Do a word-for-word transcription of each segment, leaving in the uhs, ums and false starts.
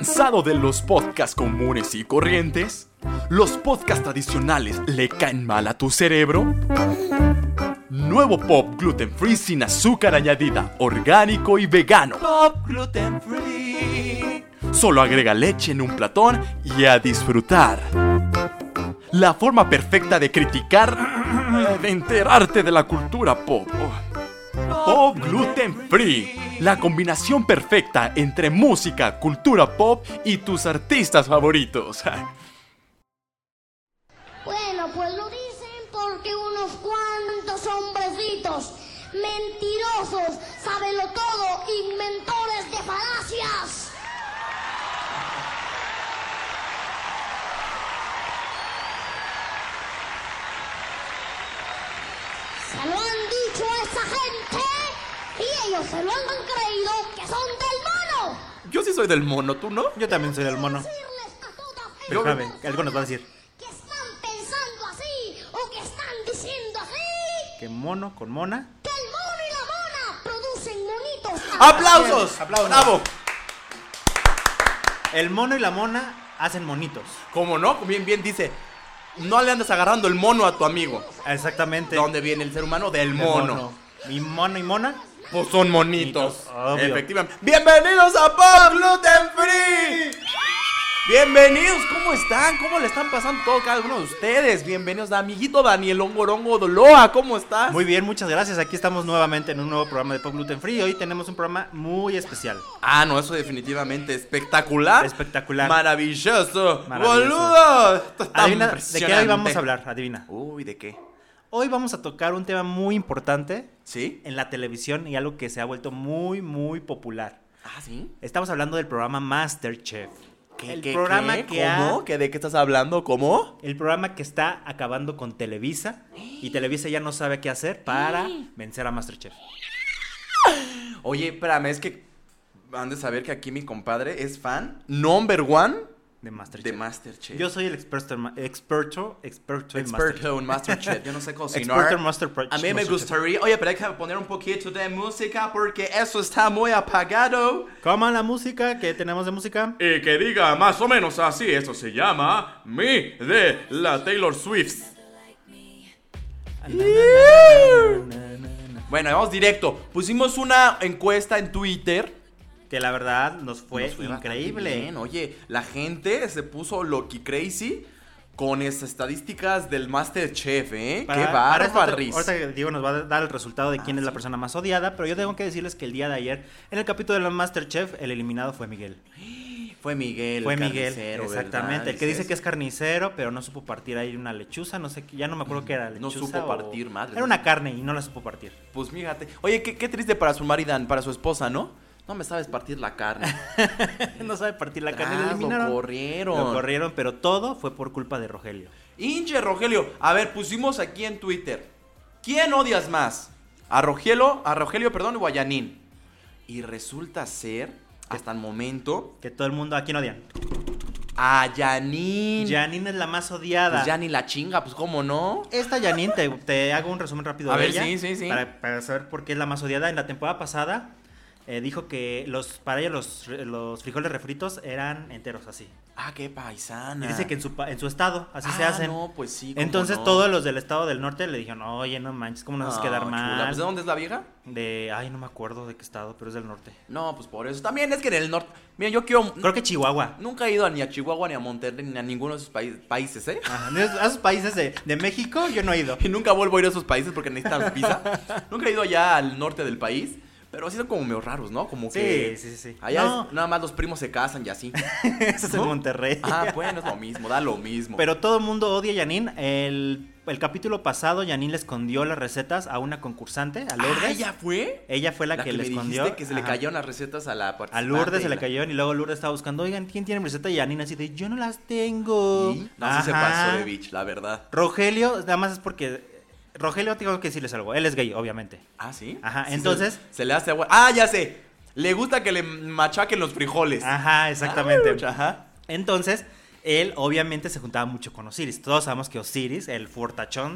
¿Cansado de los podcasts comunes y corrientes? ¿Los podcasts tradicionales le caen mal a tu cerebro? Nuevo Pop Gluten Free sin azúcar añadida, orgánico y vegano. Pop Gluten Free. Solo agrega leche en un platón y a disfrutar. La forma perfecta de criticar, de enterarte de la cultura pop. Pop Gluten Free. La combinación perfecta entre música, cultura pop y tus artistas favoritos. Bueno, pues lo dicen porque unos cuantos hombrecitos mentirosos, sábenlo todo, inventores de falacias. Se lo han dicho a esa gente y ellos se lo han creído que son del mono. Yo sí soy del mono, ¿tú no? Yo también soy del mono. Decirles a todas Pero esas Javi, algo nos va a decir. que están pensando así o que están diciendo así, Que mono con mona. que el mono y la mona producen monitos. ¡Aplausos! Aplausos. ¡Bravo! El mono y la mona hacen monitos. ¿Cómo no? Bien, bien dice. No le andas agarrando el mono a tu amigo. Exactamente. ¿De dónde viene el ser humano? Del El mono. ¿Y mono y mona? Pues son monitos. Obvio. Efectivamente. ¡Bienvenidos a Pop Gluten Free! Bienvenidos, ¿cómo están? ¿Cómo le están pasando todo cada uno de ustedes? Bienvenidos a amiguito Daniel Ongorongo Doloa, ¿cómo estás? Muy bien, muchas gracias. Aquí estamos nuevamente en un nuevo programa de Pop Gluten Free. Hoy tenemos un programa muy especial. Ah, no, eso definitivamente espectacular. Espectacular. Maravilloso. Maravilloso. Boludo. Esto está Adivina, ¿de qué hoy impresionante. vamos a hablar? Adivina. Uy, ¿de qué? Hoy vamos a tocar un tema muy importante ¿Sí? en la televisión y algo que se ha vuelto muy, muy popular. Ah, ¿sí? Estamos hablando del programa MasterChef. ¿Qué, el qué, programa qué? que ¿Cómo? ha- ¿Qué, ¿De qué estás hablando? ¿Cómo? El programa que está acabando con Televisa y Televisa ya no sabe qué hacer para vencer a MasterChef. Oye, espérame, es que han de saber que aquí mi compadre es fan number one De MasterChef. de MasterChef. Yo soy el experto, en ma- experto, experto en MasterChef. experto en MasterChef. Yo no sé cocinar. Experto en Masterchef. A mí me MasterChef. gustaría... Oye, pero hay que poner un poquito de música porque eso está muy apagado. ¿Cómo la música que tenemos de música? Y que diga más o menos así. Eso se llama Me de la Taylor Swift. Bueno, vamos directo. Pusimos una encuesta en Twitter. Que la verdad nos fue, Nos fue bastante increíble. bien. Oye, la gente se puso loqui crazy con esas estadísticas del MasterChef, ¿eh? Para- Qué para esto, barbaris. ahorita que Diego nos va a dar el resultado de quién Ah, es la sí. persona más odiada, pero yo tengo que decirles que el día de ayer, en el capítulo de la MasterChef, el eliminado fue Miguel. Fue Miguel. Fue el Miguel, carnicero, exactamente. ¿verdad? El que dice Dices. que es carnicero, pero no supo partir ahí una lechuza, no sé, qué- ya no me acuerdo qué era lechuza. No supo o- partir, madre. Era una carne y no la supo partir. Pues fíjate. Oye, qué, qué triste para su marido, para su esposa, ¿no? No me sabes partir la carne. No sabe partir la carne, Ah, lo lo eliminaron. corrieron. Lo corrieron, pero todo fue por culpa de Rogelio. Hinche, Rogelio. A ver, pusimos aquí en Twitter. ¿Quién odias más? ¿A Rogelio, a Rogelio, perdón, o a Yanin? Y resulta ser, hasta el momento, Que todo el mundo, ¿a quién odian? a Yanin. Janine es la más odiada. Pues ya ni la chinga, pues cómo no. Esta Janine, te, te hago un resumen rápido A de ver, ella. sí, sí, sí. Para, para saber por qué es la más odiada. En la temporada pasada eh, dijo que los para ella los, los frijoles refritos eran enteros, así. Ah, qué paisana. Y dice que en su, pa- en su estado así se Ah, hacen. no, pues sí, cómo Entonces no. todos los del estado del norte le dijeron, oye, no manches, ¿cómo nos haces No, quedar chula. mal? Pues, ¿de dónde es la vieja? De, ay, no me acuerdo de qué estado, pero es del norte. No, pues por eso. También es que en el norte. Mira, yo quiero. Creo que Chihuahua. Nunca he ido ni a Chihuahua, ni a Monterrey, ni a ninguno de esos países, países ¿eh? Ajá, a esos países de, de México yo no he ido. Y nunca vuelvo a ir a esos países porque necesitan visa. Nunca he ido allá al norte del país. Pero sí son como medio raros, ¿no? Como que. Sí, sí, sí. Allá No. es- nada más los primos se casan y así. Eso es en ¿No? Monterrey. Ah, bueno, es lo mismo, da lo mismo. Pero todo el mundo odia a Janine. El, el capítulo pasado, Janine le escondió las recetas a una concursante, a Lourdes. Ah, ¿ella fue? Ella fue la, La que, que, le me escondió. dijiste que se le Ajá. cayeron las recetas a la A participante. Lourdes se y le la- cayeron y luego Lourdes estaba buscando, oigan, ¿quién tiene mi receta? Y Janine así de, yo no las tengo. ¿Sí? No, sí se Ajá. pasó de bitch, la verdad. Rogelio, nada más es porque... Rogelio, tengo que decirles algo. Él es gay, obviamente. Ah, ¿sí? Ajá, Sí, entonces- Se, se le hace agua. Ah, ya sé. Le gusta que le machaquen los frijoles. Ajá, exactamente. Ah, ajá. Entonces, él obviamente se juntaba mucho con Osiris. Todos sabemos que Osiris, el fortachón,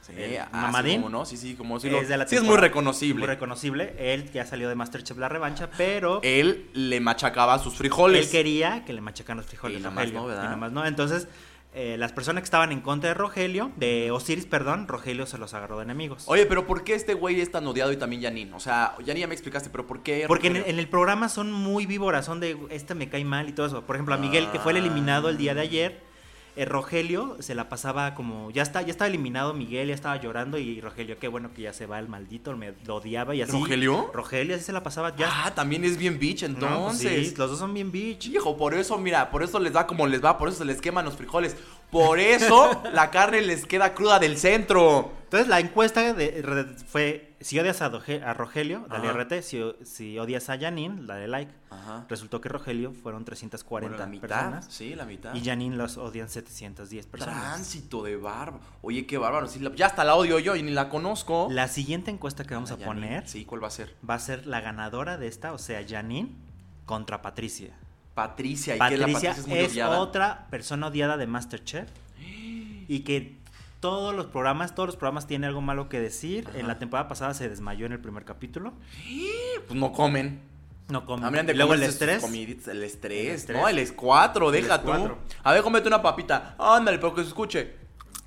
Sí, el ah, Mamadín. Sí, ¿cómo no? Sí, sí, como si lo... Es de la sí, es muy temporada. reconocible. Muy reconocible. Él ya salió de MasterChef La Revancha, pero Él le machacaba sus frijoles. él quería que le machacaran los frijoles. Y nada Rogelio, más no, ¿verdad? y nada más no. Entonces, eh, las personas que estaban en contra de Rogelio, de Osiris, perdón, Rogelio se los agarró de enemigos. Oye, pero ¿por qué este güey es tan odiado y también Janine? O sea, Janine ya me explicaste, pero ¿por qué? Porque en, Rogelio? en el programa son muy víboras, son de este me cae mal y todo eso. Por ejemplo, a Miguel, que fue el eliminado el día de ayer, eh, Rogelio se la pasaba como, ya está, ya estaba eliminado Miguel, ya estaba llorando y Rogelio, qué bueno que ya se va el maldito, me lo odiaba y así. ¿Rogelio? Rogelio, así se la pasaba ya. Ah, también es bien bitch, No, pues entonces. sí, los dos son bien bitch. Hijo, por eso, mira, por eso les va como les va, por eso se les queman los frijoles. Por eso la carne les queda cruda del centro. Entonces la encuesta de, re- fue, si odias a, Doge- a Rogelio, dale Ajá. R T, si, si odias a Janine, dale like. Ajá. Resultó que Rogelio fueron trescientas cuarenta Bueno, la mitad. personas Sí, la mitad. y Janine los odian setecientas diez personas. Tránsito de barba. Oye, qué bárbaro. Sí, la- ya hasta la odio yo y ni la conozco. La siguiente encuesta que vamos a Janine. poner Sí, ¿cuál va a ser? va a ser la ganadora de esta, o sea, Janine contra Patricia. Patricia. ¿Y Patricia, que la Patricia es muy es odiada? otra persona odiada de MasterChef y que todos los programas, todos los programas tienen algo malo que decir. Ajá. En la temporada pasada se desmayó en el primer capítulo. Pues no comen. No come. Habrían de Y luego el comerse sus estrés. comiditas, el estrés. El estrés. No, el es cuatro, El deja es tú. cuatro. A ver, cómete una papita. Ándale, pero que se escuche.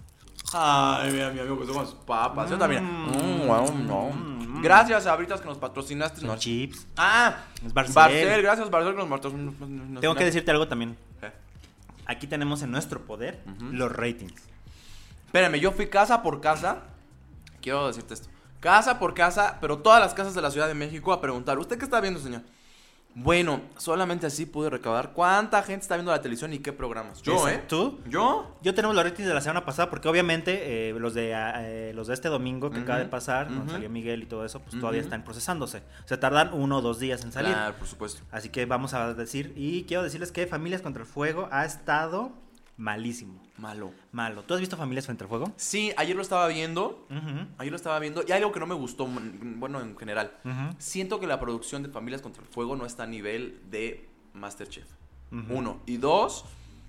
Ay, mira, mi amigo que somos papas. Yo también. Mm, wow, no. Mm. Gracias, Abritas, que nos patrocinaste. Son No. chips. Ah, Es Barcel. Barcel, gracias, Barcel, que nos patrocinaste. Tengo que decirte algo también. ¿Qué? Aquí tenemos en nuestro poder Ujú. los ratings. Espérame, yo fui casa por casa. Quiero decirte esto. Casa por casa, pero todas las casas de la Ciudad de México a preguntar, ¿usted qué está viendo, señor? Bueno, solamente así pude recabar cuánta gente está viendo la televisión y qué programas. Yo, ¿eh? ¿Tú? ¿Yo? Yo tenemos los ratings de la semana pasada porque obviamente eh, los de eh, los de este domingo que Ujú, acaba de pasar, donde ujú. salió Miguel y todo eso, pues Ujú. todavía están procesándose. O sea, tardan uno o dos días en salir. Claro, por supuesto. Así que vamos a decir, y quiero decirles que Familias contra el Fuego ha estado malísimo. Malo. Malo. ¿Tú has visto Familias contra el Fuego? Sí, ayer lo estaba viendo. Ujú, Ayer lo estaba viendo. Y hay algo que no me gustó, mm, bueno, en general. ujú, Siento que la producción de Familias contra el Fuego no está a nivel de MasterChef. ujú. Uno. Y dos,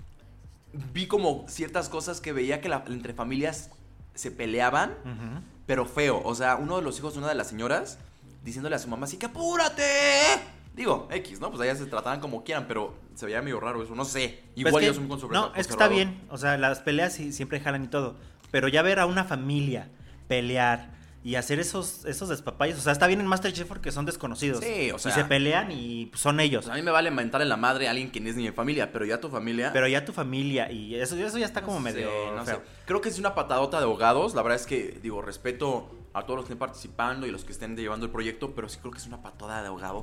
vi como ciertas cosas que veía que la- entre familias se peleaban, Ujú. pero feo. O sea, uno de los hijos de una de las señoras diciéndole a su mamá así que apúrate. Digo, X, ¿no? Pues allá se trataban como quieran, pero se veía medio raro eso. No sé. Pues Igual que- yo soy muy conservador. No, es que está bien. O sea, las peleas sí, siempre jalan y todo. Pero ya ver a una familia pelear y hacer esos, esos despapallos. O sea, está bien en MasterChef porque son desconocidos. Sí, o sea- Y se pelean y pues, son ellos. Pues a mí me vale mentar en la madre a alguien que ni es ni mi familia, pero ya tu familia... Pero ya tu familia y eso, eso ya está como No sé, medio no feo. sé. Creo que es una patadota de ahogados. La verdad es que, digo, respeto a todos los que estén participando y los que estén llevando el proyecto, pero sí creo que es una patada de ahogado,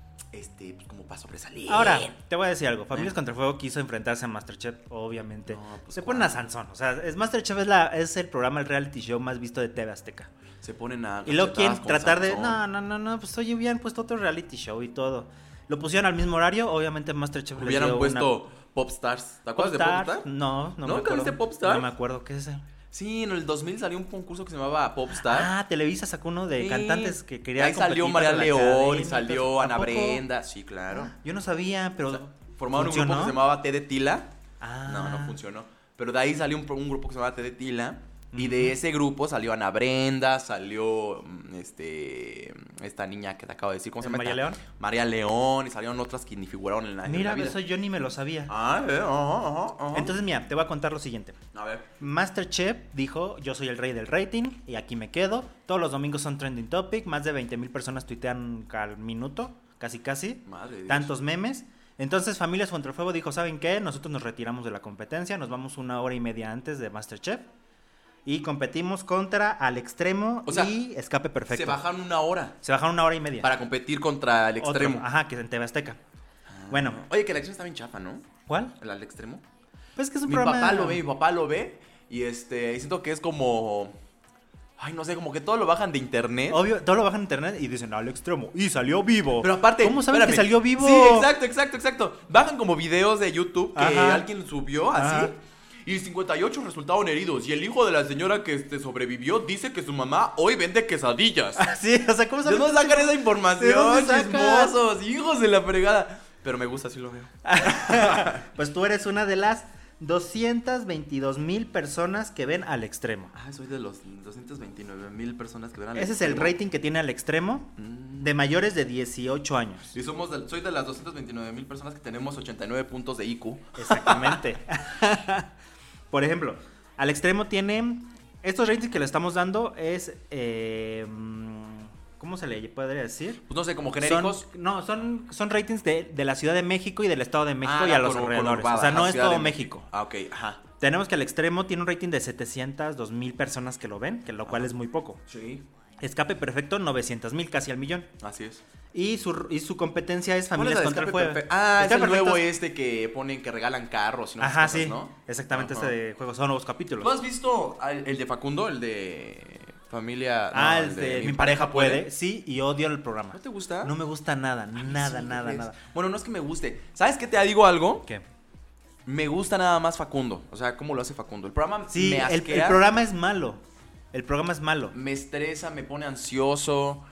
este, pues como para sobresalir. Ahora, te voy a decir algo. Familias Eh. contra el Fuego quiso enfrentarse a MasterChef, obviamente. No, pues, se ponen a ¿cuál? Sansón. O sea, es MasterChef es, la, es el programa, el reality show más visto de T V Azteca. Se ponen a... Y luego quieren cachetadas con tratar de... Sansón. No, no, no, no, pues oye, hubieran puesto otro reality show y todo. Lo pusieron al mismo horario, obviamente MasterChef les Hubieran dio puesto Popstars. ¿Te acuerdas de Popstar. Popstar? No, no me ¿Nunca acuerdo. viste Popstar? No me acuerdo, ¿qué es eso? Sí, en el dos mil salió un concurso que se llamaba Popstar. Ah, Televisa sacó uno de Sí. cantantes que querían Ahí salió competir María para la León cadena y y salió todo. ¿A Ana poco? Brenda. Sí, claro. Yo no sabía, pero... O sea, formaron un ¿funcionó? grupo que se llamaba Té de Tila. Ah. No, no funcionó. Pero de ahí salió un, un grupo que se llamaba Té de Tila. Y Ujú. de ese grupo salió Ana Brenda, salió mm, este esta niña que te acabo de decir, ¿cómo se llama? ¿María esta? León? María León, y salieron otras que ni figuraron en la, en Mira, la vida. eso yo ni me lo sabía. Ah, eh, ajá, ajá, ajá. Entonces, mira, te voy a contar lo siguiente. A ver. MasterChef dijo, yo soy el rey del rating y aquí me quedo. Todos los domingos son trending topic, más de veinte mil personas tuitean al minuto, casi casi. Madre de Dios. Tantos memes. Entonces, Familias contra el Fuego dijo, ¿saben qué? Nosotros nos retiramos de la competencia, nos vamos una hora y media antes de MasterChef y competimos contra Al Extremo O sea, y Escape Perfecto. Se bajaron una hora Se bajaron una hora y media. para competir contra el Otro, extremo. ajá, que es en T V Azteca. Bueno, Oye, que la acción está bien chafa, ¿no? ¿cuál? El al extremo. Pues que es un Mi programa... papá lo ve, mi papá lo ve. Y este, y siento que es como. Ay, no sé, como que todo lo bajan de internet. Obvio, todo lo bajan en internet y dicen al extremo. Y salió vivo. Pero aparte. ¿Cómo saben que espérame. salió vivo? Sí, exacto, exacto, exacto. Bajan como videos de YouTube que Ajá. alguien subió así. Ajá. Y cincuenta y ocho resultaron heridos. Y el hijo de la señora que este, sobrevivió dice que su mamá hoy vende quesadillas. Sí, o sea, ¿cómo ¿De saben? dónde sacan esa ¿De información? dónde sacan? Chismosos, hijos de la fregada. Pero me gusta, así lo veo. Pues tú eres una de las doscientas veintidós mil personas que ven Al Extremo. Ah, soy de los doscientas veintinueve mil personas que ven Al Ese es el Extremo. rating que tiene Al Extremo Mm. de mayores de dieciocho años. Y somos de- soy de las doscientas veintinueve mil personas que tenemos ochenta y nueve puntos de I Q. Exactamente. Por ejemplo, Al Extremo tiene... Estos ratings que le estamos dando es... eh, ¿Cómo se le podría decir? Pues no sé, como genéricos. Son, no, son, son ratings de, de la Ciudad de México y del Estado de México Ah, y a la los con- alrededores. conurbada, O sea, no la es Ciudad todo de México. Ah, ok, ajá. Tenemos que Al Extremo tiene un rating de setecientas dos mil personas que lo ven, que lo cual Ajá. es muy poco. Sí, Escape Perfecto, novecientos mil, casi al millón. así es. Y su, y su competencia es ¿Cuál es Familias la de contra el Escape Fuego. Perfecto? Ah, es Escape el nuevo Perfecto es- este que ponen que regalan carros y no Ajá, cosas, sí. ¿no? Exactamente, Ajá. este de juegos. Son nuevos capítulos. ¿Tú has visto al- el de Facundo, el de familia? Ah, no, el de Mi pareja puede. Sí, y odio el programa. ¿No te gusta? No me gusta nada, A mí nada, sí, nada, ¿qué nada. crees? Bueno, no es que me guste. ¿Sabes qué? Te digo algo. ¿Qué? Me gusta nada más Facundo. O sea, cómo lo hace Facundo. El programa Sí, me el, asquea, el programa es malo. El programa es malo. me estresa, me pone ansioso,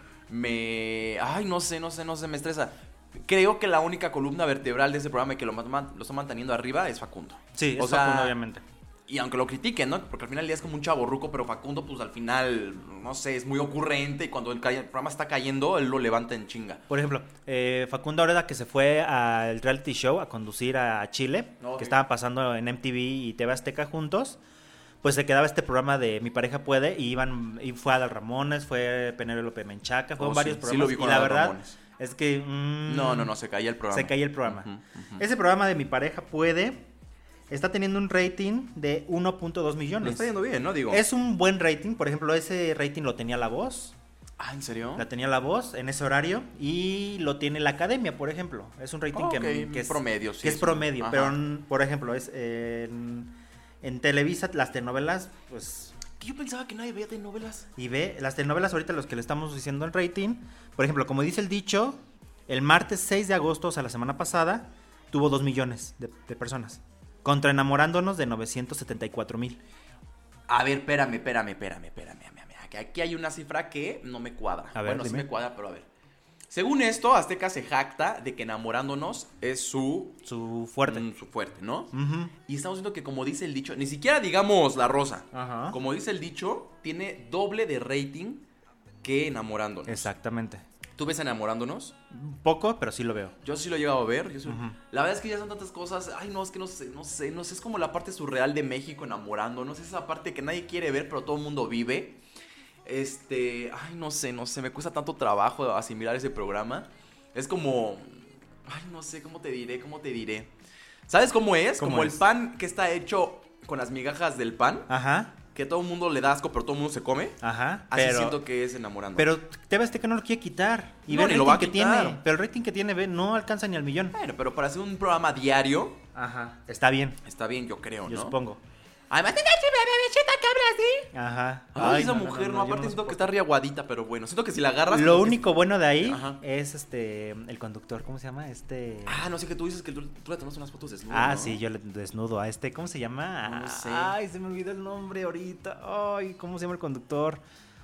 me... Ay, no sé, no sé, no sé, me estresa. Creo que la única columna vertebral de ese programa y que lo, man- lo está manteniendo arriba es Facundo. Sí, es O sea, Facundo, obviamente. Y aunque lo critiquen, ¿no? Porque al final el día es como un chavorruco, pero Facundo, pues al final, no sé, es muy ocurrente y cuando el, ca- el programa está cayendo, él lo levanta en chinga. Por ejemplo, eh, Facundo Oreda, que se fue al reality show a conducir a Chile, Ok. que estaban pasando en M T V y T V Azteca juntos, pues se quedaba este programa de Mi pareja puede y iban y fue Adal Ramones, fue Penélope Menchaca, fueron Oh, varios sí, sí programas lo vi con y la Adal verdad Ramones. es que mm, No, no, no, se caía el programa. se caía el programa. Ujú, ujú. Ese programa de Mi pareja puede está teniendo un rating de uno punto dos Le millones. está yendo bien, ¿no? Digo. Es un buen rating, por ejemplo, ese rating lo tenía La Voz. Ah, ¿en serio? La tenía La Voz en ese horario y lo tiene La Academia, por ejemplo. Es un rating Oh, que, ok, que es promedio, sí, que es es un- promedio, ajá. pero n- por ejemplo, es eh, en, en Televisa las telenovelas, pues Que yo pensaba que nadie veía de novelas. y ve las telenovelas ahorita los que le estamos diciendo el rating, por ejemplo, como dice el dicho, el martes seis de agosto, o sea, la semana pasada, tuvo dos millones de, de personas. Contra Enamorándonos de novecientos setenta y cuatro mil. A ver, espérame, espérame, espérame, espérame, espérame. Que aquí hay una cifra que no me cuadra. A ver, bueno, sí dime. me cuadra, pero a ver. Según esto, Azteca se jacta de que Enamorándonos es su Su fuerte. mm, su fuerte, ¿no? Ujú. Y estamos viendo que como dice el dicho, ni siquiera digamos La Rosa. Ajá. Como dice el dicho, tiene doble de rating que Enamorándonos. Exactamente. ¿Tú ves Enamorándonos? Poco, pero sí lo veo. Yo sí lo he llegado a ver. Yo sí- Ujú. La verdad es que ya son tantas cosas. Ay, no, es que no sé, no sé, no sé. Es como la parte surreal de México enamorándonos. Esa parte que nadie quiere ver, pero todo el mundo vive. Este, ay, no sé, no sé. Me cuesta tanto trabajo asimilar ese programa. Es como, ay, no sé, ¿cómo te diré? ¿Cómo te diré? ¿Sabes cómo es? ¿Cómo como es? el pan que está hecho con las migajas del pan. Ajá, Que todo el mundo le da asco, pero todo el mundo se come. ajá. Así pero, siento que es enamorando. pero T V Azteca no lo quiere quitar. Y No, ve el ni lo rating va a que quitar. tiene. Pero el rating que tiene, ve, no alcanza ni al millón. Bueno, pero para hacer un programa diario, Ajá. Está bien, está bien, yo creo, yo ¿no? supongo. Además, tiene bebecita que habla así. Ajá. Ay, esa mujer, no, yo aparte lo siento que soporto. está riaguadita, pero bueno, siento que si la agarras... Lo como que- único bueno de ahí Ajá. es este el conductor, ¿cómo se llama? Este Ah, no sé, que tú dices que tú, tú le tomaste unas fotos desnudo, Ah, ¿no? sí, yo le desnudo a este, ¿cómo se llama? No sé. Ay, se me olvidó el nombre ahorita. Ay, ¿cómo se llama el conductor?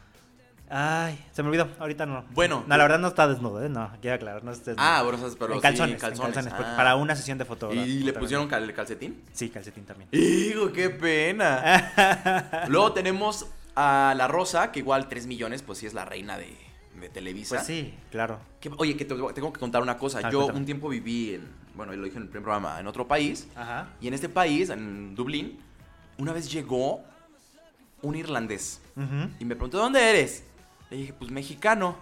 Ay, se me olvidó, ahorita no. Bueno. No, la verdad no está desnudo, ¿eh? No, quiero aclarar, no está desnudo. Ah, pero, o sea, pero en sí, calzones, en calzones, en calzones, porque ah. para una sesión de fotografía. ¿Y le pusieron cal- calcetín? Sí, calcetín también. ¡Hijo, qué pena! Luego tenemos a La Rosa, que igual tres millones, pues sí es la reina de, de Televisa. Pues sí, claro. Que- oye, que te tengo que contar una cosa. Ah, Yo cuéntame. un tiempo viví en, bueno, lo dije en el primer programa, en otro país. Ajá. Y en este país, en Dublín, una vez llegó un irlandés. Ujú. Y me preguntó, ¿dónde eres? Le dije, pues mexicano.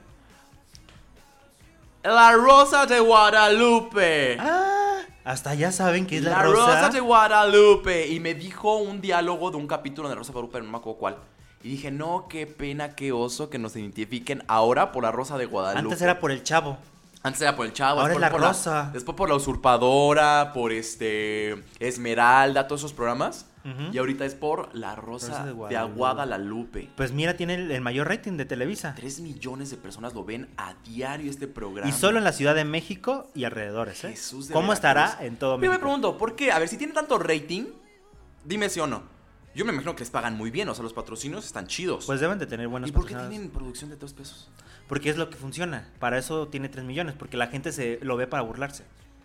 La Rosa de Guadalupe. Ah, hasta ya saben que es la, La rosa. Rosa de Guadalupe. Y me dijo un diálogo de un capítulo de La Rosa de Guadalupe, no me acuerdo cuál. Y dije, no, qué pena, qué oso que nos identifiquen ahora por La Rosa de Guadalupe. Antes era por el chavo. Antes era por el Chavo. Ahora es después La por Rosa. después por La Usurpadora, por este Esmeralda, todos esos programas. Ujú. Y ahorita es por La Rosa, Rosa de de Guadalupe. Guadalupe. Pues mira, tiene el, el mayor rating de Televisa. Tres millones de personas lo ven a diario este programa. Y solo en la Ciudad de México y alrededores, ¿eh? Jesús de ¿Cómo Veracruz. estará en todo Yo me México? pregunto, ¿por qué? A ver, si tiene tanto rating, dime sí o no. Yo me imagino que les pagan muy bien, o sea, los patrocinios están chidos. Pues deben de tener buenos ¿Y por qué patrocinadores. tienen producción de tres pesos? Porque es lo que funciona. Para eso tiene tres millones. Porque la gente se lo ve para burlarse.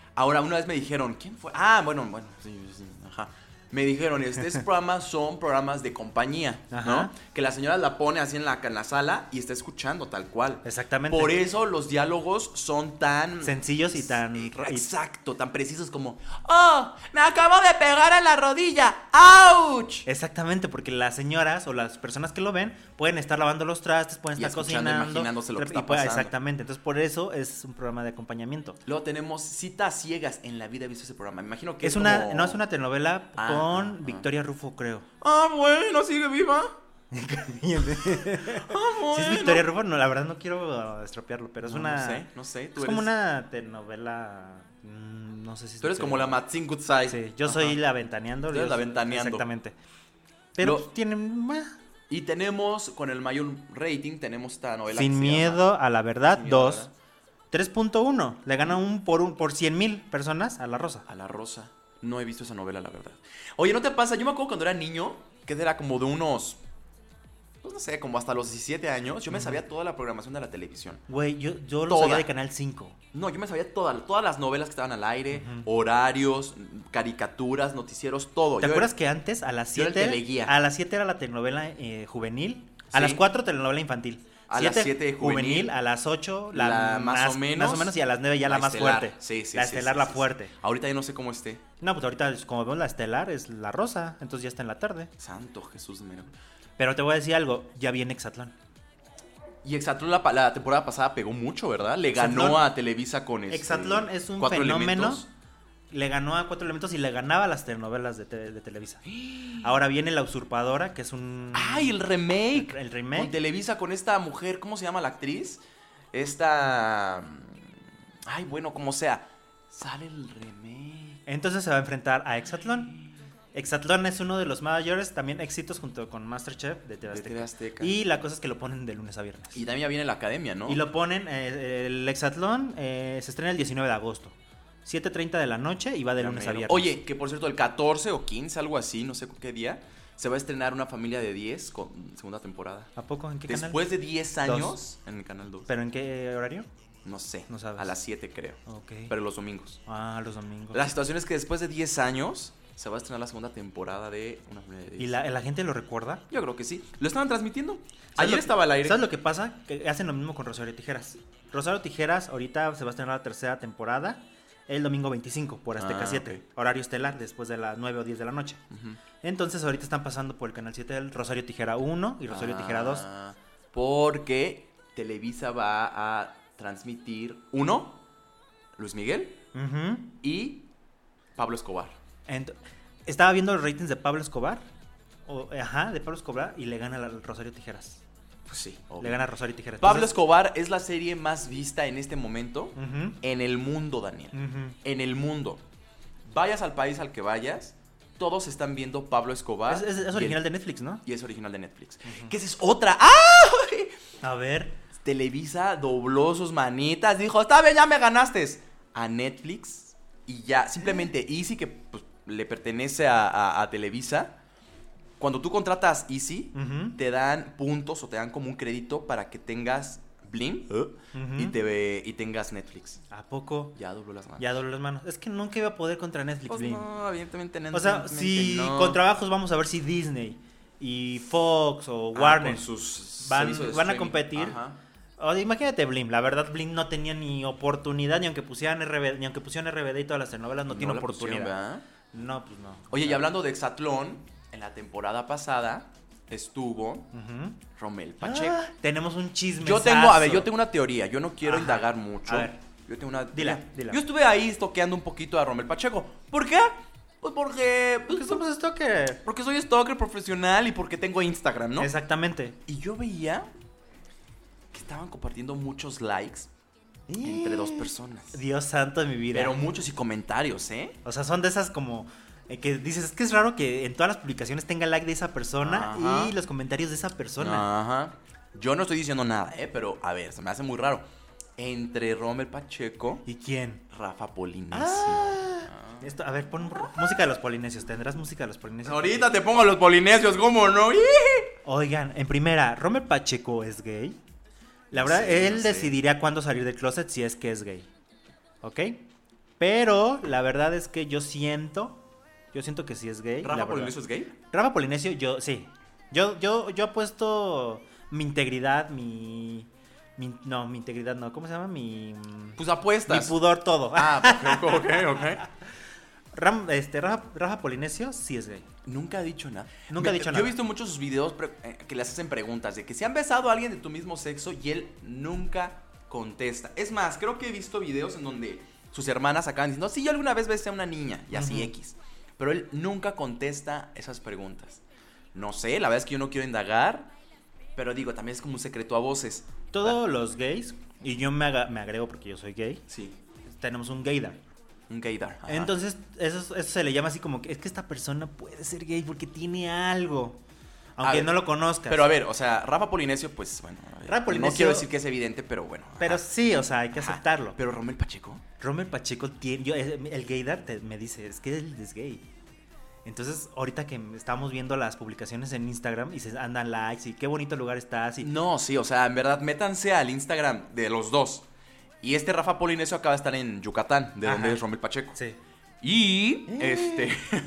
Ahora, una vez me dijeron, ¿quién fue? Ah, bueno, bueno, sí, sí, ajá. Me dijeron, estos programas son programas de compañía, Ajá. ¿no? Que la señora la pone así en la, en la sala y está escuchando tal cual. Exactamente. Por eso los diálogos son tan... Sencillos y tan... Exacto, tan precisos como... ¡Oh! ¡Me acabo de pegar en la rodilla! ¡Auch! Exactamente, porque las señoras o las personas que lo ven pueden estar lavando los trastes, pueden Y estar escuchando, cocinando. imaginándose lo que y está puede- pasando. Exactamente, entonces por eso es un programa de acompañamiento. Luego tenemos Citas Ciegas. En la vida he visto ese programa. Me imagino que Es es, una, como- no es una telenovela Ah, con ah, ah. Victoria Rufo, creo. Ah, bueno, sigue viva. Si Ah, bueno. es Victoria Rufo, no, la verdad no quiero uh, estropearlo, pero es No, una... No sé, no sé. Tú Es como eres, una telenovela... mm, no sé si... tú eres se- como la Maxine Goodside. Sí, yo Ajá. soy la ventaneando. Tú eres yo la soy- ventaneando. Exactamente. Pero Lo- tienen... bueno, Y tenemos, con el mayor rating, tenemos esta novela. Sin que se llama miedo a la verdad, Sin miedo a la dos. verdad. tres punto uno. Le gana un por un por cien mil personas a La Rosa. A la Rosa. No he visto esa novela, la verdad. Oye, ¿no te pasa? Yo me acuerdo cuando era niño, que era como de unos... Pues no sé, como hasta los diecisiete años, yo me sabía toda la programación de la televisión. Güey, yo, yo lo Toda. sabía de Canal cinco. No, yo me sabía toda, todas las novelas que estaban al aire, horarios, caricaturas, noticieros, todo. ¿Te Yo- acuerdas que antes a las yo era el siete teleguía. a las siete era la telenovela eh, juvenil, a Sí. las cuatro telenovela infantil, A las siete juvenil, a las ocho la, la más o menos, más o menos y a las nueve ya la, más estelar. fuerte. Sí, sí, la sí, estelar sí, la sí, sí. fuerte. Ahorita ya no sé cómo esté. No, pues ahorita como vemos la estelar es La Rosa, entonces ya está en la tarde. Santo Jesús mero. Pero te voy a decir algo, ya viene Exatlón. Y Exatlón la, pa- la temporada pasada pegó mucho, ¿verdad? Le ganó Exatlón- a Televisa con este, Exatlón es un Cuatro fenómeno. Elementos. Le ganó a Cuatro Elementos y le ganaba a las telenovelas de, te- de Televisa. Ahora viene La Usurpadora, que es un... ¡Ay, el remake! El, el remake. Con Televisa, con esta mujer, ¿cómo se llama la actriz? Esta... Ay, bueno, como sea. Sale el remake. Entonces se va a enfrentar a Exatlón. Exatlón es uno de los mayores también éxitos junto con Masterchef de T V De Azteca. T V Azteca. Y la cosa es que lo ponen de lunes a viernes. Y también ya viene la academia, ¿no? Y lo ponen, eh, el Exatlón eh, se estrena el diecinueve de agosto. siete treinta de la noche y va de Ya lunes a mero. viernes. Oye, que por cierto, el catorce o quince, algo así, no sé qué día, se va a estrenar Una familia de diez con segunda temporada. ¿A poco? ¿En qué Después canal? de diez años en el canal dos. ¿Pero en qué horario? No sé, No sabes. a las siete creo. Ok. Pero los domingos. Ah, los domingos. La situación es que después de diez años se va a estrenar la segunda temporada de Una familia de diez. ¿Y la, la gente lo recuerda? Yo creo que sí. ¿Lo estaban transmitiendo? ¿Sabes Ayer lo- estaba al aire. ¿Sabes lo que pasa? Que hacen lo mismo con Rosario Tijeras. Rosario Tijeras ahorita se va a estrenar la tercera temporada el domingo veinticinco por Azteca Ah, siete. ok. Horario estelar después de las nueve o diez de la noche. Ujú. Entonces ahorita están pasando por el canal siete el Rosario Tijera uno y Rosario Tijera dos. Ah, porque Televisa va a transmitir uno, Luis Miguel Ujú. y Pablo Escobar. Ent- Estaba viendo los ratings de Pablo Escobar. O, ajá, de Pablo Escobar y le gana al Rosario Tijeras. Pues sí, obvio. Le gana a Rosario Tijeras. Pablo Entonces- Escobar es la serie más vista en este momento Ujú. en el mundo, Daniel. Ujú. En el mundo. Vayas al país al que vayas, todos están viendo Pablo Escobar. Es, es- es y original el- de Netflix, ¿no? Y es original de Netflix. Que esa es otra. ¡Ah! A ver. Televisa dobló sus manitas. Dijo, está bien, ya me ganaste. A Netflix. Y ya, simplemente Easy, que pues, le pertenece a, a- a Televisa. Cuando tú contratas Easy, Ujú. te dan puntos o te dan como un crédito para que tengas Blim Ujú. y, te ve- y tengas Netflix. ¿A poco? Ya dobló las manos. Ya dobló las manos. Es que nunca iba a poder contra Netflix, Pues Blim. no, evidentemente no. O sea, evidentemente si no. con trabajos vamos a ver si Disney y Fox o Ah, Warner con sus van, servicios de van a streaming. competir. Ajá. O sea, imagínate Blim, la verdad Blim no tenía ni oportunidad, ni aunque pusieran R B D, ni aunque pusieran R B D y todas las telenovelas no, tiene la pusieron, oportunidad. ¿verdad? No, pues no. Oye, y hablando de Exatlón, en la temporada pasada estuvo Ujú. Rommel Pacheco. Ah, tenemos un chisme. Yo tengo, a ver, yo tengo una teoría. Yo no quiero Ajá. indagar mucho. A ver. Yo tengo una. Dila, Mira, dila. Yo estuve ahí estoqueando un poquito a Rommel Pacheco. ¿Por qué? Pues porque. Porque somos stalker. Porque soy stalker profesional y porque tengo Instagram, ¿no? Exactamente. Y yo veía que estaban compartiendo muchos likes entre dos personas. Dios santo de mi vida. Pero muchos y comentarios, ¿eh? O sea, son de esas como eh, que dices, es que es raro que en todas las publicaciones tenga like de esa persona Ajá. y los comentarios de esa persona. Ajá. Yo no estoy diciendo nada, ¿eh? Pero, a ver, se me hace muy raro. Entre Rommel Pacheco, ¿Y quién? Rafa Polinesio. Ah. Esto, a ver, pon r- música de los polinesios. ¿Tendrás música de los polinesios? Ahorita te pongo los polinesios, ¿cómo no? Oigan, en primera, ¿Rommel Pacheco es gay? La No verdad, sé, él no sé. decidiría cuándo salir del closet si es que es gay. ¿Ok? Pero la verdad es que yo siento, yo siento que sí es gay. ¿Rafa Polinesio es gay? Rafa Polinesio, yo, sí. Yo, yo, yo apuesto mi integridad, mi, mi, no, mi integridad no, ¿cómo se llama? Mi, Pues apuestas. mi pudor, todo. Ah, ok, ok, ok. Ram, este, Rafa, Rafa Polinesio sí es gay. Nunca ha dicho nada. Nunca ha Me- dicho Yo nada. he visto muchos sus videos pre- eh, que les hacen preguntas de que si han besado a alguien de tu mismo sexo y él nunca contesta. Es más, creo que he visto videos en donde sus hermanas acaban diciendo, sí, yo alguna vez besé a una niña y así Ujú. X. Pero él nunca contesta esas preguntas. No sé, la verdad es que yo no quiero indagar, pero digo, también es como un secreto a voces. Todos los gays, y yo me, haga- me agrego porque yo soy gay, Sí, tenemos un gaydar. un gaydar. ajá. Entonces, eso, eso se le llama así como que es que esta persona puede ser gay porque tiene algo. Aunque ver, no lo conozcas. Pero a ver, o sea, Rafa Polinesio, pues bueno. a ver, Rafa no Polinesio- quiero decir que es evidente, pero bueno. Pero ajá. sí, o sea, hay que Ajá. aceptarlo. Pero Romel Pacheco. Rommel Pacheco tiene. Yo, eh, el gaydar te- me dice, es que él es gay. Entonces, ahorita que estábamos viendo las publicaciones en Instagram y se andan likes y qué bonito lugar estás. Y, No, sí, o sea, en verdad, métanse al Instagram de los dos. Y este Rafa Polinesio acaba de estar en Yucatán, de Ajá. donde es Romel Pacheco. sí. Y, este...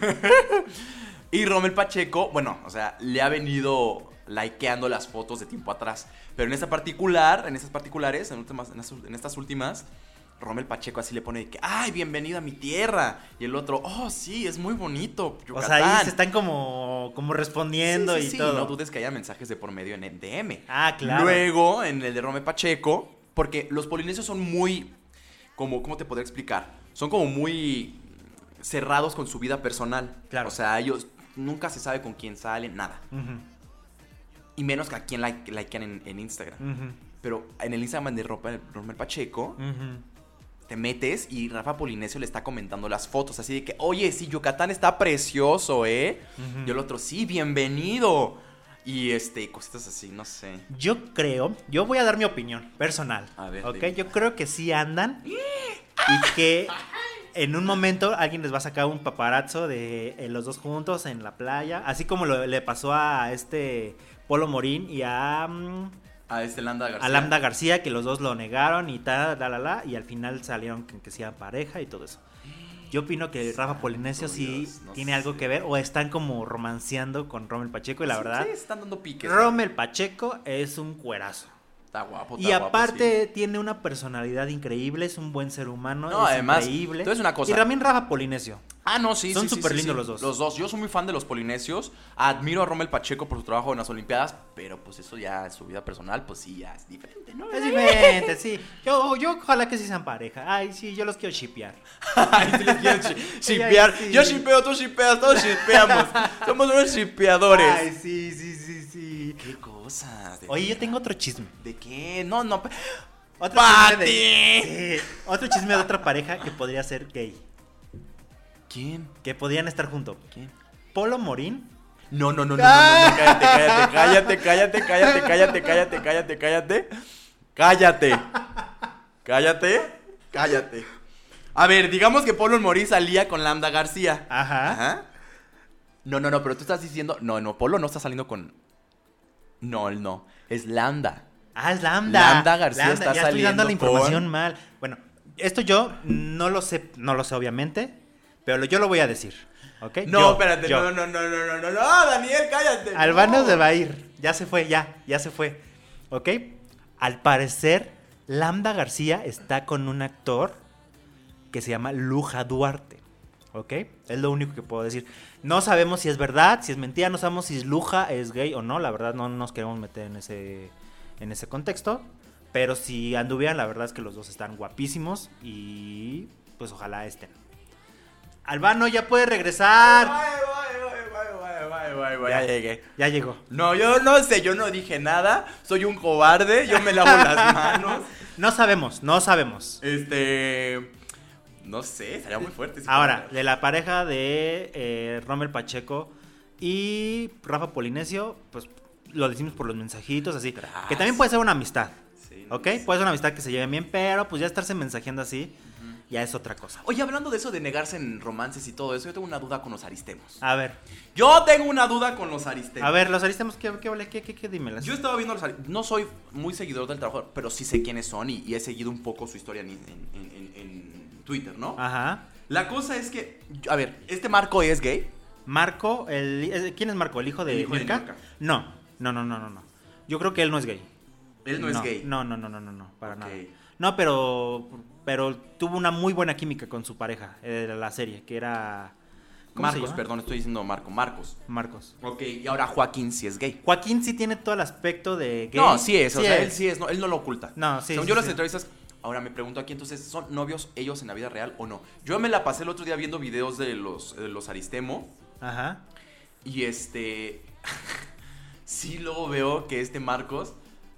y Romel Pacheco, bueno, o sea, le ha venido likeando las fotos de tiempo atrás. Pero en esta particular, en estas particulares, en, últimas, en, estas, en estas últimas, Romel Pacheco así le pone de que, ¡ay, bienvenido a mi tierra! Y el otro, ¡oh, sí, es muy bonito, O Yucatán! sea, ahí se están como, como respondiendo Sí, sí, y sí, todo. no dudes que haya mensajes de por medio en el D M. Ah, claro. Luego, en el de Romel Pacheco, porque los polinesios son muy, como, ¿cómo te podría explicar? Son como muy cerrados con su vida personal. Claro. O sea, ellos nunca se sabe con quién salen, nada. Ujú, Y menos que a quién like, likean en, en Instagram. ujú, Pero en el Instagram de Romel, Romel Pacheco, ujú. te metes y Rafa Polinesio le está comentando las fotos. Así de que, oye, sí, Yucatán está precioso, ¿eh? Ujú. Y el otro, sí, bienvenido. Y este, cositas así, no sé. Yo creo, yo voy a dar mi opinión personal. A ver, ¿ok? dime. Yo creo que sí andan y que en un momento alguien les va a sacar un paparazzo de eh, los dos juntos en la playa, así como lo- le pasó a este Polo Morín y a, mm, A este Landa García. a Lambda García, que los dos lo negaron y tal, la, la, la, y al final salieron que, que sean pareja y todo eso. Yo opino que Rafa Polinesio sí Dios, no tiene sé. algo que ver o están como romanceando con Rommel Pacheco y la Sí, verdad, Sí, están dando piques. Rommel Pacheco es un cuerazo. Está guapo, Y está guapo, aparte tiene una personalidad increíble, es un buen ser humano, No, es además, increíble. entonces una cosa. Y también Rafa Polinesio. sí. Ah, no, sí, Son sí, sí, súper sí, lindos sí. los dos. Los dos. Yo soy muy fan de los polinesios. Admiro a Rommel Pacheco por su trabajo en las Olimpiadas. Pero pues eso ya, su vida personal, pues sí, ya es diferente, ¿no? Es diferente, sí. Yo, yo ojalá que sí sean pareja. Ay, sí, yo los quiero shipear. Ay, tú les quieres shi- shippear. sí. Yo shipeo, tú shipeas, todos shipeamos. Somos unos shipeadores. Ay, sí, sí, sí, sí. Qué cosas. de Oye, yo verdad. tengo otro chisme. ¿De qué? No, no. Otro chisme ¡Pati! de, sí, otro chisme de otra pareja que podría ser gay. ¿Quién? Que podrían estar juntos. ¿Quién? Polo Morín. No, no, no, no, no, no, no, cállate, cállate, cállate, cállate, cállate, cállate, cállate, cállate, cállate, cállate, cállate. A ver, digamos que Polo Morí salía con Lambda García. Ajá. Ajá. No, no, no, pero tú estás diciendo, no, no, Polo no está saliendo con, no, él no, es Lambda. Ah, es Lambda. Lambda García está ya estoy dando saliendo la información con- mal. Bueno, esto yo no lo sé, no lo sé obviamente, pero lo- yo lo voy a decir, ¿ok? No, Yo, espérate, yo. no, no, no, no, no, no, no, Daniel, cállate. Albano no. se va a ir, ya se fue, ya, ya se fue, ¿ok? Al parecer, Lambda García está con un actor que se llama Luja Duarte, ¿ok? Es lo único que puedo decir. No sabemos si es verdad, si es mentira, no sabemos si Luja es gay o no, la verdad no nos queremos meter en ese, en ese contexto, pero si anduvieran, la verdad es que los dos están guapísimos y pues ojalá estén. Albano ya puede regresar. Bye, bye, bye, bye, bye, bye, bye, Ya. ya llegué. Ya llegó. No, yo no sé, yo no dije nada, soy un cobarde, yo me lavo las manos. No sabemos, no sabemos. Este, no sé, estaría muy fuerte. ese Ahora, cobarde. de la pareja de eh, Rommel Pacheco y Rafa Polinesio, pues lo decimos por los mensajitos, así. Gracias. Que también puede ser una amistad, Sí, no ¿ok? sé. Puede ser una amistad que se lleven bien, pero pues ya estarse mensajeando así, ya es otra cosa. Oye, hablando de eso de negarse en romances y todo eso, yo tengo una duda con los aristemos. A ver, Yo tengo una duda con los aristemos. a ver, los aristemos, ¿qué, qué, qué, qué, qué, qué dímelas? Yo estaba viendo los aristemos, no soy muy seguidor del trabajo, pero sí sé quiénes son y, y he seguido un poco su historia en, en- en- en- en Twitter, ¿no? Ajá. La cosa es que, a ver, ¿este Marco es gay? Marco, el, ¿quién es Marco? ¿El hijo de El hijo de Milka? Milka. No, no, no, no, no, no. Yo creo que él no es gay. Él no, es gay. No, no, no, no, no, no, para Ok. nada. No, pero, pero tuvo una muy buena química con su pareja de la serie, que era... ¿cómo se Marcos, llama? perdón, estoy diciendo Marco, Marcos. Marcos. Ok, y ahora Joaquín sí es gay. Joaquín sí tiene todo el aspecto de gay. No, sí es, o sea, él sí es, no, él no lo oculta. No, sí, Según sí, yo las sí. entrevistas, ahora me pregunto aquí, entonces, ¿son novios ellos en la vida real o no? Yo me la pasé el otro día viendo videos de los, de los Aristemo Ajá. y este, sí luego veo que este Marcos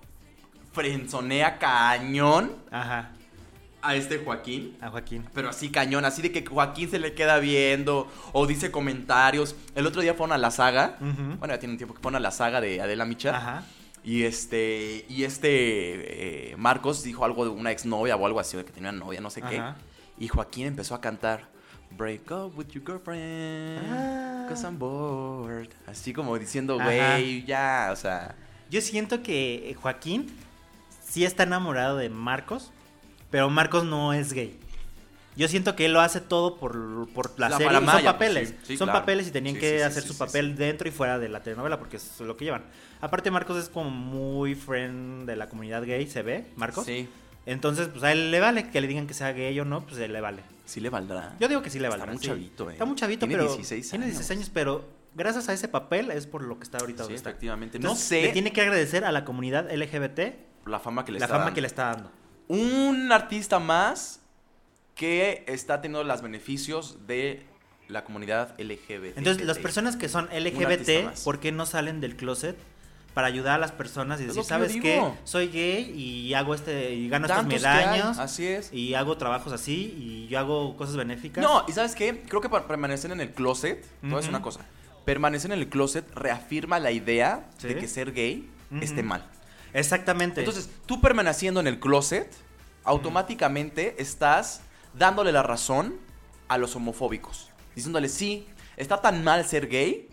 frenzonea cañón Ajá. a este Joaquín. A Joaquín. Pero así cañón, así de que Joaquín se le queda viendo o dice comentarios. El otro día fueron a la saga. Ujú. Bueno, ya tiene un tiempo que fueron a la saga de Adela Micha. Ajá. Y este, y este eh, Marcos dijo algo de una exnovia o algo así, de que tenía una novia, no sé qué. Ajá. Y Joaquín empezó a cantar Break up with your girlfriend, Ah. cause I'm bored. Así como diciendo, Ajá. güey, ya, o sea. Yo siento que Joaquín sí está enamorado de Marcos, pero Marcos no es gay. Yo siento que él lo hace todo por, por la, La serie. faramaya, Son papeles. pues, sí, sí, son claro. papeles y tenían Sí, que sí, sí, hacer sí, su sí, papel sí. dentro y fuera de la telenovela, porque es lo que llevan. Aparte, Marcos es como muy friend de la comunidad gay, ¿se ve? Marcos. Sí, Entonces, pues a él le vale que le digan que sea gay o no, pues a él le vale. sí le valdrá. Yo digo que sí le vale. Está muy chavito, eh. Está muy chavito, Tiene pero. dieciséis Tiene años. dieciséis años, pero gracias a ese papel es por lo que está ahorita Sí, donde está. efectivamente. No Entonces, sé le tiene que agradecer a la comunidad L G B T la fama que le la está fama dando. que le está dando. Un artista más que está teniendo los beneficios de la comunidad L G B T. Entonces, las personas que son L G B artista T, más. ¿por qué no salen del closet para ayudar a las personas y Es decir, lo que yo ¿sabes qué? digo. Soy gay y hago este y gano estos Tantos que hay, medallos así es. y hago trabajos así y yo hago cosas benéficas? No, y ¿sabes qué? Creo que para permanecer en el closet, te voy a decir Ujú. una cosa. Permanecer en el closet reafirma la idea Sí. de que ser gay Ujú. esté mal. Exactamente. Entonces, tú permaneciendo en el closet, automáticamente estás dándole la razón a los homofóbicos. Diciéndole, sí, está tan mal ser gay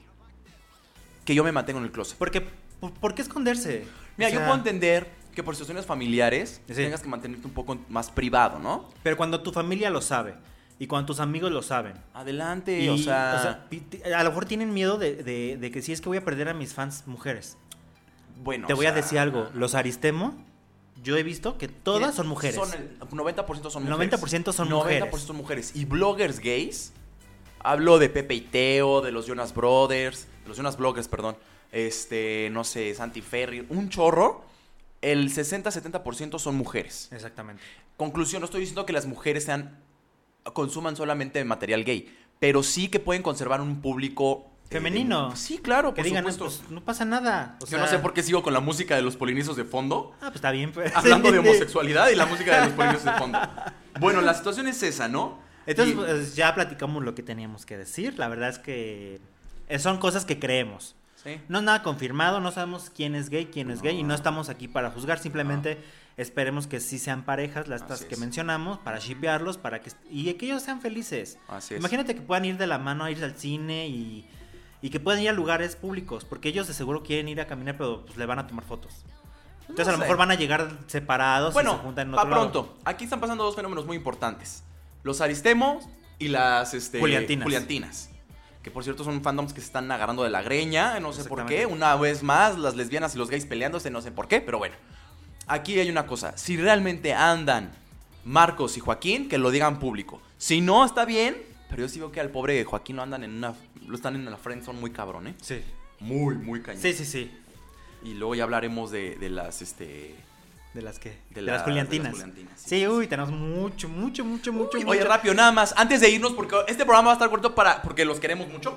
que yo me mantengo en el closet. porque ¿por, por qué esconderse? Mira, O sea, yo puedo entender que por situaciones familiares Sí. tengas que mantenerte un poco más privado, ¿no? Pero cuando tu familia lo sabe y cuando tus amigos lo saben. Adelante, Y, o sea, pi- ti- a lo mejor tienen miedo de, de- de que si es que voy a perder a mis fans mujeres. bueno. Te o voy a sea, decir algo. Los Aristemo, yo he visto que todas ¿qué? son mujeres. Son el noventa por ciento son El mujeres. noventa por ciento son noventa por ciento mujeres. son mujeres. Y bloggers gays, hablo de Pepe y Teo, de los Jonas Brothers, de los Jonas Bloggers, perdón. Este, no sé, Santi Ferry, un chorro. El sesenta a setenta por ciento son mujeres. Exactamente. Conclusión, no estoy diciendo que las mujeres sean consuman solamente material gay, pero sí que pueden conservar un público eh, Femenino. de- sí, claro, Que por digan, supuesto. pues, no pasa nada. O Yo no sea, sé por qué sigo con la música de los polinesios de fondo. Ah, pues está bien. Pues. Hablando de homosexualidad y la música de los polinesios de fondo. Bueno, la situación es esa, ¿no? Entonces, Y- pues, ya platicamos lo que teníamos que decir. La verdad es que eh, son cosas que creemos. sí. No es nada confirmado, no sabemos quién es gay, quién es gay, y no estamos aquí para juzgar, simplemente esperemos que sí sean parejas, las estas Así que es. mencionamos, para shippearlos, para que y que ellos sean felices. Así es. Imagínate que puedan ir de la mano a irse al cine y, y que puedan ir a lugares públicos, porque ellos de seguro quieren ir a caminar, pero pues le van a tomar fotos. Entonces a lo sé. mejor van a llegar separados y Bueno, se juntan en pa' otro lado. pronto. Aquí están pasando dos fenómenos muy importantes. Los aristemos y las este, Juliantinas. Juliantinas. Que por cierto son fandoms que se están agarrando de la greña, no sé por qué. Exactamente. Una vez más, las lesbianas y los gays peleándose, no sé por qué, pero bueno. Aquí hay una cosa. Si realmente andan Marcos y Joaquín, que lo digan público. Si no, está bien. Pero yo sí veo que al pobre Joaquín lo andan en una. Lo están en la friendzone muy cabrón, ¿eh? Sí. Muy, muy cañón. Sí, sí, sí. Y luego ya hablaremos de, de las, este. ¿De las qué? De De, la- las Juliantinas. de las Juliantinas, sí, Sí, sí, uy, tenemos mucho, mucho, mucho, mucho, Uy, mucho. oye, rápido, nada más. Antes de irnos, porque este programa va a estar corto para. Porque los queremos mucho.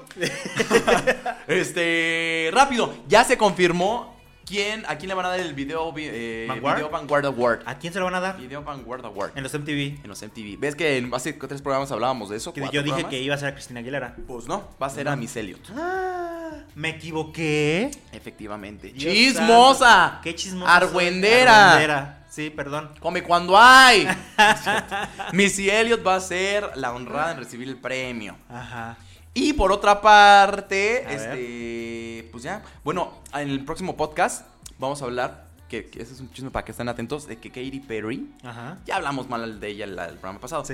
este. Rápido. Ya se confirmó quién. ¿A quién le van a dar el video, eh, ¿Vanguard? video Vanguard Award? ¿A quién se lo van a dar? Video Vanguard Award. En los M T V. En los M T V. ¿Ves que en- hace tres programas hablábamos de eso? Que ¿Cuatro yo dije programas? que iba a ser a Cristina Aguilera. Pues no, va a ser a Miss Elliot. Ah, me equivoqué. Efectivamente. Dios ¡Chismosa! santo. ¡Qué chismosa! ¡Argüendera! soy. Argüendera. Sí, perdón. Come cuando hay. Missy Elliott va a ser la honrada en recibir el premio. Ajá. Y por otra parte, A este, pues ya, bueno, en el próximo podcast vamos a hablar, que, que ese es un chisme para que estén atentos, de que Katy Perry, Ajá. ya hablamos mal de ella el, el programa pasado, Sí.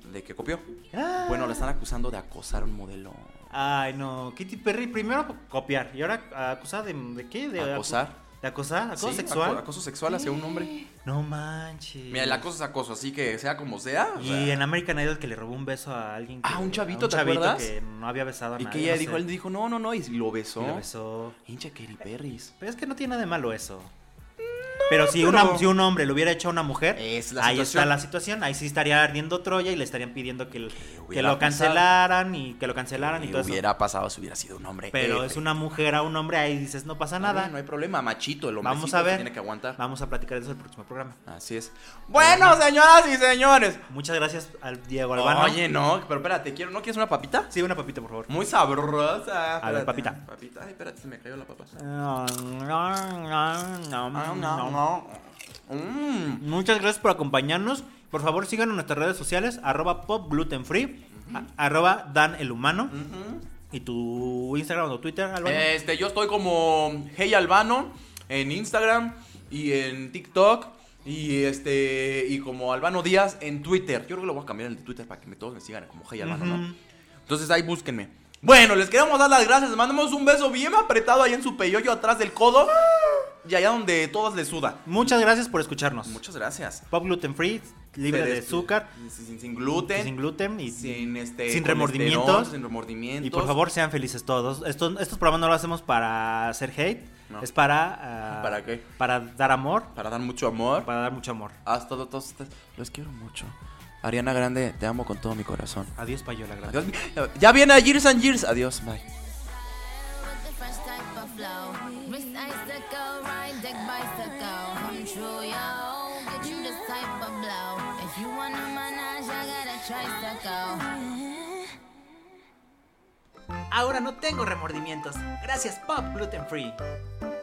de que copió. Ah. Bueno, la están acusando de acosar a un modelo. Ay, no. Katy Perry, primero copiar. Y ahora acusada de, ¿de qué? De Acosar. ¿De acosar? ¿Acoso Sí, sexual? aco- acoso sexual hacia un hombre. No manches. Mira, el acoso es acoso, así que sea como sea. o Y sea. en American Idol que le robó un beso a alguien. Que, Ah, un chavito, a un ¿te chavito acuerdas? que no había besado a Y nadie. que ella no dijo, sé. él dijo, no, no, no, y lo besó. Y lo besó. Hincha Katy Perry. Pero es que no tiene nada de malo eso. Pero si, una, pero- si un hombre lo hubiera hecho a una mujer, Es la ahí situación. está la situación. Ahí sí estaría ardiendo Troya y le estarían pidiendo que, el- que hubiera lo cancelaran y que lo cancelaran y, Y todo eso. hubiera pasado si hubiera sido un hombre. Pero F. es una mujer a un hombre, ahí dices, no pasa nada. No hay problema, machito, el hombre Vamos a ver. tiene que aguantar. Vamos a platicar de eso en el próximo programa. Así es. Bueno, señoras y señores. Muchas gracias al Diego Albano. Oye, no, pero espérate, quiero, ¿no quieres una papita? Sí, una papita, por favor. Muy sabrosa. A ver, Espérate. papita. Papita, ay, espérate, se me cayó la papa. No, no, no, no, No, no. no, no. Mm. Muchas gracias por acompañarnos. Por favor, síganos en nuestras redes sociales, arroba popglutenfree, a- arroba Dan el Humano. Ujú. ¿Y tu Instagram o Twitter, Albano? Este, yo estoy como Hey Albano en Instagram y en TikTok y este y como Albano Díaz en Twitter. Yo creo que lo voy a cambiar el de Twitter para que me, todos me sigan como Hey Albano, Ujú. ¿no? Entonces ahí búsquenme. Bueno, les queremos dar las gracias. Les mandamos un beso bien apretado ahí en su peyoyo atrás del codo y allá donde todos les suda. Muchas gracias por escucharnos. Muchas gracias. Pop Gluten Free, libre de Ustedes, azúcar, sin, sin gluten, sin gluten y sin este sin colesterol, remordimientos. sin remordimientos. Y por favor, sean felices todos. Esto- estos programas no lo hacemos para hacer hate, No. es para... ah, ¿Para qué? Para dar amor, Para dar mucho amor. para dar mucho amor. Hasta todos, todos ustedes. Los quiero mucho. Ariana Grande, te amo con todo mi corazón. Adiós, Payola, gracias. Adiós. Ya viene a Years and Years. Adiós, bye. With the fresh type of flow. Wrist icicle, ride deck bicycle. Come true, yo. Get you this type of blow. If you want a manage, I got a tricycle. Ahora no tengo remordimientos. Gracias, Pop Gluten Free.